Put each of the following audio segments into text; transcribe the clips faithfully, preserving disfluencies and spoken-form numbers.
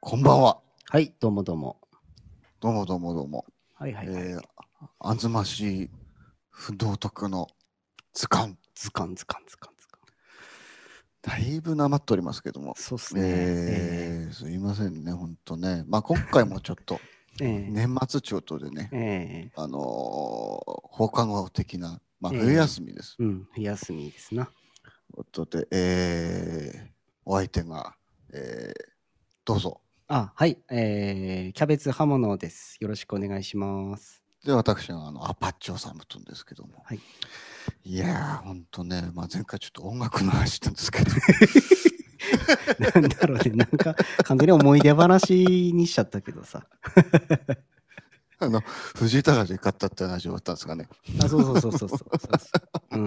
こんばんは。 はい、どうもどうも。 どうもどうもどうも。 はいはいはい。 えー、あずましい不道徳の図鑑。 図鑑図鑑図鑑図鑑。 だいぶなまっておりますけども。 そうっすね。ええー、すいませんね、ほんとね。まあ今回もちょっとー、え年末ちょっとでね、 ー、えあのー放課後的な、まあー、 冬え休みです。 ー、うん、冬休みですな。 ということで、えー、お相手が、えー、どうぞ。 あ、はい、えー、キャベツ刃物です。よろしくお願いします。 で、私があのアパッチョサムトンですけども。 はい。 いやー、ほんとね、まあ前回ちょっと音楽の話したんですけど、 なんだろうね、なんか完全に思い出話にしちゃったけどさ。 あの、藤井隆で勝ったって話終わったんですかね。 あ、そうそうそうそうそうそうそう。うん。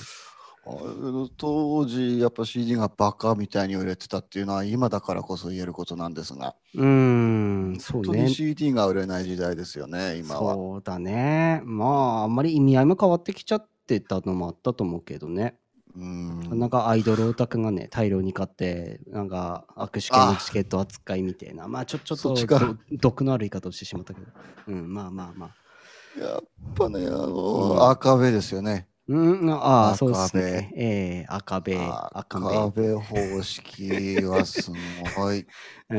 あの当時、やっぱ シーディー がバカみたいに売れてたっていうのは今だからこそ言えることなんですが、 うーん、 本当にそうね。 シーディー が売れない時代ですよね、今は。 そうだね。まあ、あんまり意味合いも変わってきちゃってたのもあったと思うけどね。 うーん。 なんかアイドルオタクがね、大量に買って、なんか握手券のチあ、 ケット扱いみたいな、まあちょちょっそっちとどか。 毒のある言い方をしてしまったけど、うん、まあまあまあ。 やっぱね、あの、 うん。 赤べですよね。 うん、ああ、そうっすね。 赤べ。 えー、赤べ、赤べ。 赤べ方式はすごい。 うん。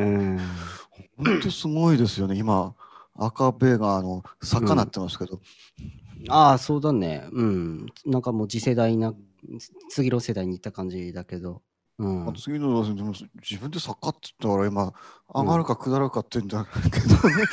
本当すごいですよね。今、赤べがあの坂なっうん。 てますけど、 ああ、そうだね。うん。なんかもう次世代な、次の世代に行った感じだけど。うまあ、 ん。 次のでも自分で坂って言ったから今、上がるうん。 か下るかって言うんだけどね。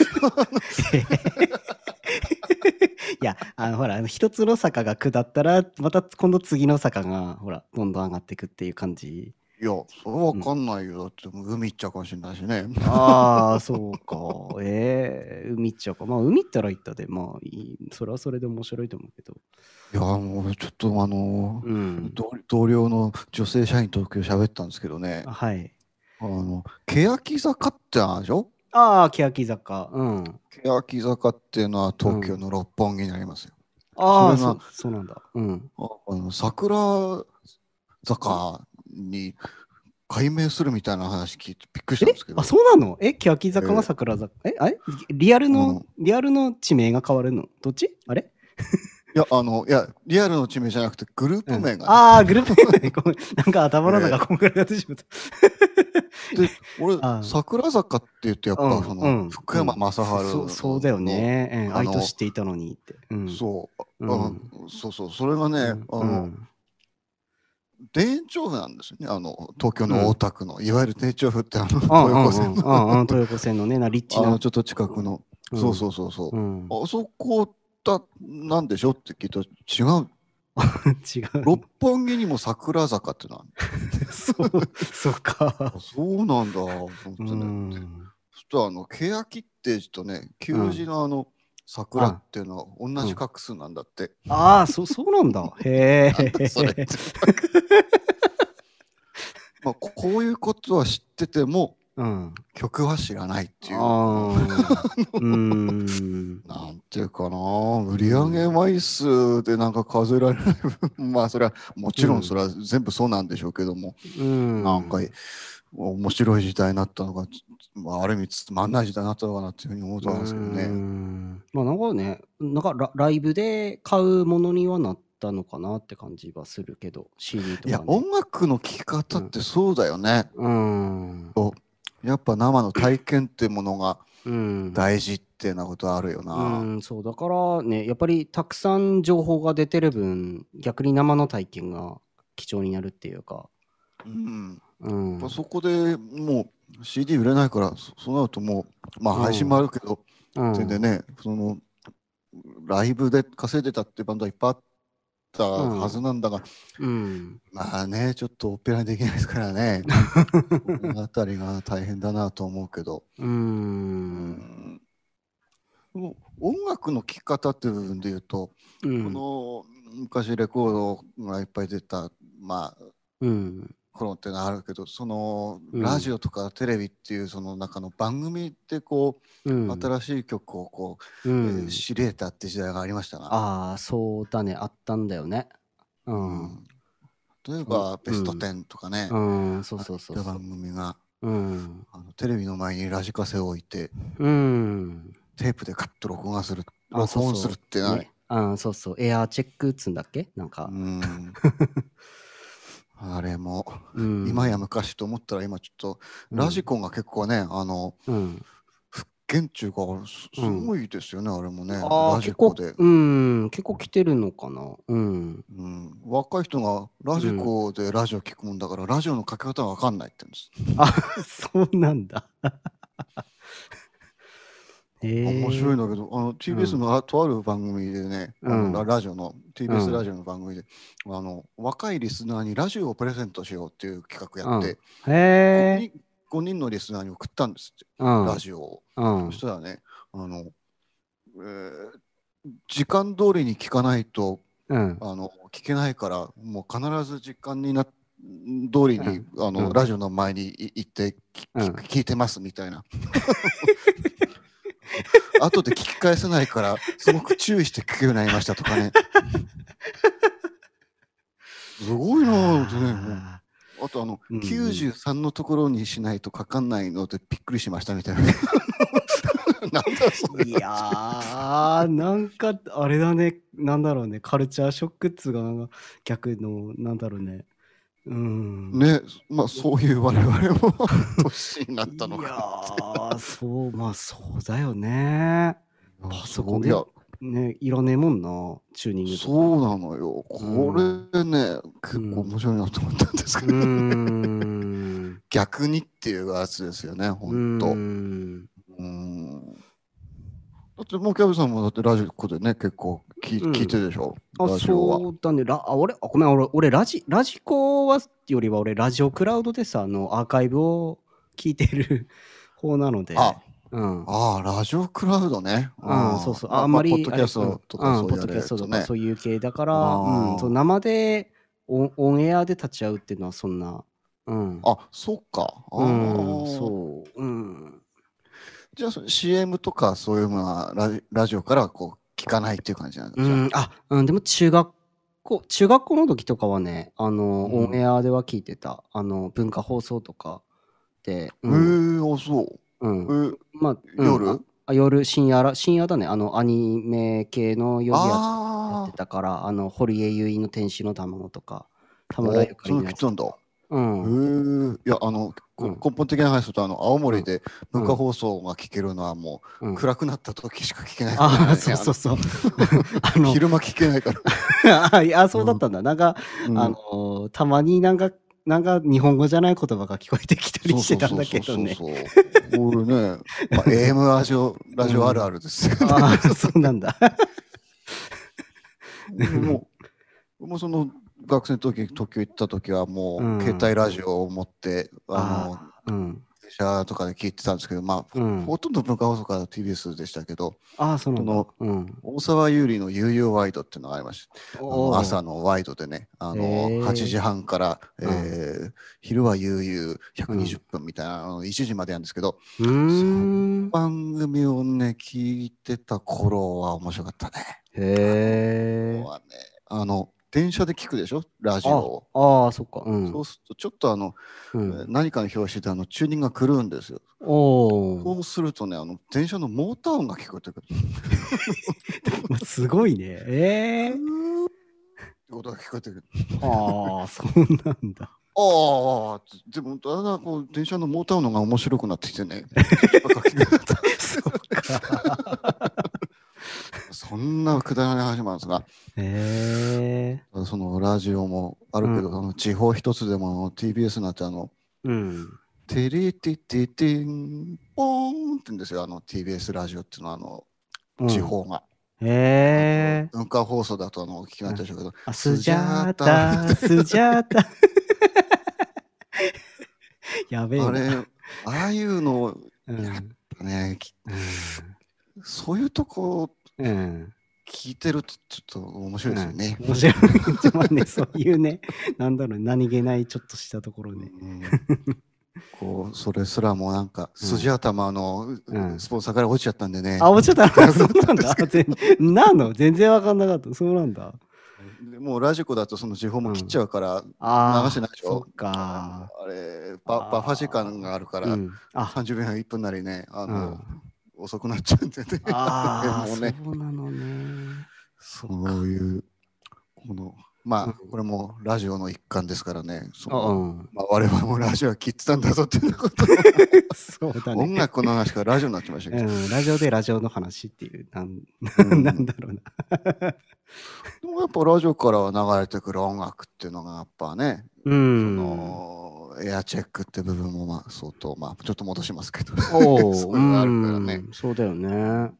いや、あのほら、一つの坂が下ったら、また今度次の坂が、ほら、どんどん上がっていくっていう感じ。 いや、それはわうん。 かんないよ。だってもう海行っちゃうかもしれないしね。 ああ、そうか。ええ海っちゃうか。まあ、海行ったら行ったで、まあいい、それはそれで面白いと思うけど。 いや、もうちょっとあの、 うん。 同同僚の女性社員と今日喋ったんですけどね、 あ、はい。 あの、欅坂ってあるでしょ。 ああ、欅坂。うん。 欅坂っていうのは東京うん。 の六本木になりますよ。そああ、 れが、 そ、そうなんだ。うん。 ああの桜坂に改名するみたいな話聞いてびっくりしたんですけあ、 ど、 そうなの？え、欅坂がえー桜坂。え、あれリアルの、 あの、 リアルの地名が変わるの？どっちあれいや、あの、いや、リアルの地名じゃなくてグルーうん。 プ名がね。 ああ、グループ名ね。ごめん。なんか頭のえー中こんがらがってしまった。 で、俺、 あ桜坂って言って、やっあ、うん、 ぱその、 うん、 福山うん。 雅治そ、そう、そうだよの、 ね。うん、 あの、 愛と知っていたのにって。うん、 そう、あ、 うん、 そうそう、それがね、 うん、 あの、 うん、 田園調布なんですよね。あの、東京の大うん。 田区の、いわゆる田園調布ってあの、 うん、 東うん、うん、 横線のうん、うん、東横線のね、な、立地あの、 な。 ちょっと近くの、 うん、 そうそうそうそうん。 う。あそこだ、なんでしょって聞いたら、違う。 違う六の。 本木にも桜坂ってのは、 そう、そうか。 あ、そうなんだ、と思っうてね。 ん、 そしたら、あの、欅って字とね、旧字うん、 のあの、桜っあ、 ていうのは同うん。 じ画数なんだって。 ああ、そ、そうなんだ。へなんだそれっえ。 て。まあ、こういうことは知ってても、 うん。 曲は知らないっていう、このああ、うーん、 なんていうかな、売う上ん、 枚数でなんか数えられない部分、まあそれはもちろんそれうん、 は全部そうなんでしょうけども、 うなんかん。 面白い時代になったのが、まあ、ある意味つまんない時代になったのかなっていうふうに思ううーと思うんですけどね。 ん。まあなんかね、なんかラ、ライブで買うものにはなったのかなって感じはするけど、シーディーいや、 とかね。 音楽の聴き方っうん。 てそうだよね。 うーん。 やっぱ生の体験っていうものがうん。 大事ってなことあるよな。 うん、そう。だからね、やっぱりたくさん情報が出てる分、逆に生の体験が貴重になるっていうか。 うん。やっうん。 ぱそこでもう シーディー 売れないから、そそうなるともう、まあ配信もあうん。 るけど、 うん。 全然ね、そのライブで稼いでたってバンドはいっぱいあったはずうん。 なんだが、 うん。 まあね、ちょっとオペラにできないですからね、このあたりが大変だなと思うけど、 うーうん。 ん、音楽の聴き方っていう部分で言うと、こうん。 の昔レコードがいっぱい出た、まあ、 うん。 頃ってのはあるけど、そのうん。 ラジオとかテレビっていうその中の番組でこううん。 新しい曲をこうう、えーん。 知れたって時代がありましたが、 ああ、そうだね。あったんだよね。ううん。 ん、例えその、 ばベストうん。 テンとかね、 うん。そうああそういった番そうそう。 組が。 うん。 あのテレビの前にラジカセを置いて、 うん。 テープでカッと録画する、 あ、そう録音するっそてない。 う。ね。あ、そうそう。エアーチェックっつうんだっけなんうか。 ん。あれも、 う今やん。 昔と思ったら今ちょっと、 うん。 ラジコンが結構ね、あの、 うん。 復権中がすすうん。 ごいですよね、あれもね。 ああ、 ラジ結構、 コで。 うん、結構来てるのかな。うん。 うん、若い人がラジうん。 コでラジオ聞くもんだからラジオのかけ方が分かんないって言うんです。 あ、そうなんだ。 面へえ。 白いんだけど、あのうティービーエスん。 のあとある番組でね、あのラうん。 ラジオのうティービーエス ラん。 ジオの番組であの若いリスナーにラジオをプレゼントしようっていう企画やうん。 ってへえ。 ごにん、ごにんのリスナーに送ったんですって、 うん。 ラジオを。 うそしん。 たらね、あの、えー時間通りに聞かないとうん。 あの聞けないから、もう必ず時間にな通りにうん。 あうん。 のラジオの前にい行ってうん。 聞いてますみたいな。後で聞き返せないからすごく注意して聞くようになりましたとかね。すごいなぁってね。もうああ。 あとあのうんうん。 きゅうじゅうさんのところにしないとかかんないのでびっくりしましたみたいな。なんだそれいやー、なんか、あれだね、なんだろうね、カルチャーショックっつうか、なんか逆の、なんだろうね。うん。 ね。まあそういう我々も年になったのいやかなって。 ー、そう、まあそうだよね。 いやパソコンでそういやね、いらねえもんな、チューニングとか。 そうなのよ。 うこん。 れね、 うん。 結構面白いなと思ったんですけうーどね。 ん。 逆にっていうやつですよね、 うーほんと。 ん。 うん。だってもうキャブさんもだってラジコでね、結構聞い聞いてうん。 るでしょ、 あ、 ラジオは。 そうだね。ラあ、俺、あ、ごめん、俺、俺ラジ、ラジコはよりは俺、ラジオクラウドでさ、あの、アーカイブを聞いてる方なので、 あ、 うん。 ああ、ラジオクラウドね。 うん、そうああ、 そう。あ、 まあ、まあ、ポッあんまり、あれ、 ドキャスうん、 トとかうん、ポッそういうあドキャストとかれとね。 そういう系だから、うん、そう、 あ生でオン、オンエアで立ち会うっていうのはそんな、うん、 あ、あ、そっか。 うん、 ああ。 そう、うん。 じゃあ、そ シーエム とかそういうのはラジ、ラジオからこう聞かないっていう感じなんだ、じゃあ。 うん、あ、うん、でも中学校、中学校の時とかはね、あの、オンエうん。 アでは聞いてた。あの、文化放送とかで、うへえ、 ん、 あ、そうん。 う。え、 まあ、うん、あ、 夜あ夜、深夜ら、深夜だね。あの、アニメ系の曜日や、やってああたから、あの、堀江由衣の天使の卵とか、田ー、お、 村ゆかりのそれ聞いたんだ。 やつとか。うへん、 え、いや、あの、こうん、 根本的な話すると、あの、青うん、 森で文化うん、 放送が聞けるのはもう、 うん。 暗くなった時しか聞けないからああ、 ね。あの、 そうそうそう。あの、 昼間聞けないから。 あいや、そうだうん。 ったんだ。なんか、あうん。 の、たまになんか、なんか日本語じゃない言葉が聞こえてきたりそうそうしてたんだそうそうけどね。 そうそう。俺ね、まあ、エーエム ラジオ、ラジオあるあうん。 るですよね。 ああ、そうなんだ。 もう、もうその学生の時、東京行った時はうもう携帯ん。 ラジオを持って、あの、 ああ、うん。 電車とかで聞いてたんですけど、まあ、 うん。 ほとんど文化放送から ティービーエス でしたけど、 ああ、そうなんだ。 その、 うん。 大沢優里の悠々ワイドっていうのがありました。あの、 おお。 朝のワイドでね、あの、8 へえ。 時半から、 うん。 えー昼は悠々120 うん。 分みたいな、あのいちじまでやるんですけど、 うーそのん。 番組をね、聞いてた頃は面白かったね。 へあのえ。 はね、あの、電車で聞くでしょ、ラジオあ、 を。 ああ、そっか。うん。 そうすると、ちょっとあの、えーうん。 何かの表紙であのチューニングが狂うんですよ。 おお。 そうするとね、あの、電車のモーター音が聞こえてくる。 ま、すごいね。ええ。 ふーってことが聞こえてくる。 はあ、そうなんだ。 ああ、でも、だんだんこう、電車のモーター音が面白くなってきてね、そっちばっか聞くようになった。 そっか。 そんなくだらない話もあるんですが、 へえ。 そのラジオもあうん。 るけど、あの地方一つでもあの ティービーエス になってあの、 うん。 テレテテテンポーンって言うんですよ、あの ティービーエス ラジオっていうのは、あの、 うん。 地方が。 へあのえ。 文化放送だとあのお聞きになうん。 ったでしょうけど、 あ、ススジジャーャータ、 タ、スジャータ。やべえな。 あれ、ああいうの、やっうん。 ぱね、きうん。 そういうとこうん。 聞いてるとちょっと面白いうん。 ですよね。 面白い。まあね、そういうね、なんだろう、何気ないちょっとしたところうね。 ん、こう、それすらもなんか、 うん。 筋頭のううん。 スポンサーから落ちちゃったんでね、 あ、落ちちゃった。 聞かなくそなったんうなんだ。 ですけど、 全なんの全然わかんなかった。そうなんだ。 でもうラジコだとその時報も切っちゃうから流ああ、 してないでしょ。 そっか。 あれバ、バッファ時間があるから、 うん、あ、 さんじゅうびょうやいっぷんなりね、あの、 うん遅くなっちゃうんでね。 ああ、 もうね、 そうなのね。 そういうこのまあ、 うんこれもラジオの一環ですからね、そあ、うのん。 まあ、我々もラジオは切ってたんだぞっていうことそうだね。 音楽の話からラジオになっちゃいましたけど、 うん、ラジオでラジオの話っていう、なんうんなんだろうな。 でもやっぱラジオから流れてくる音楽っていうのがやっぱね、 うそん。 のエアチェックって部分もまあ相当まあちょっと戻しますけどおお、 そういうのがあるからね、 うん、そうだよね。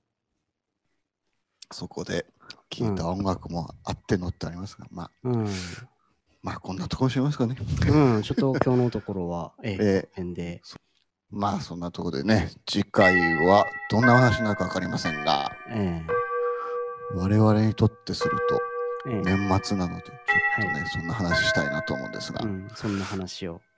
そこで聴いた音楽もあってのってありますが、まあうん。 まあこんなところにしますかね。 うん、ちょっと今日のところは、ええ、 えこの辺で。 まあそんなところでね、次回はどんな話になるか分かりませんが、 え我々にとってするとえ、ええ、 年末なのでちょっとね、 はいそんな話したいなと思うんですが、 うん、そんな話を。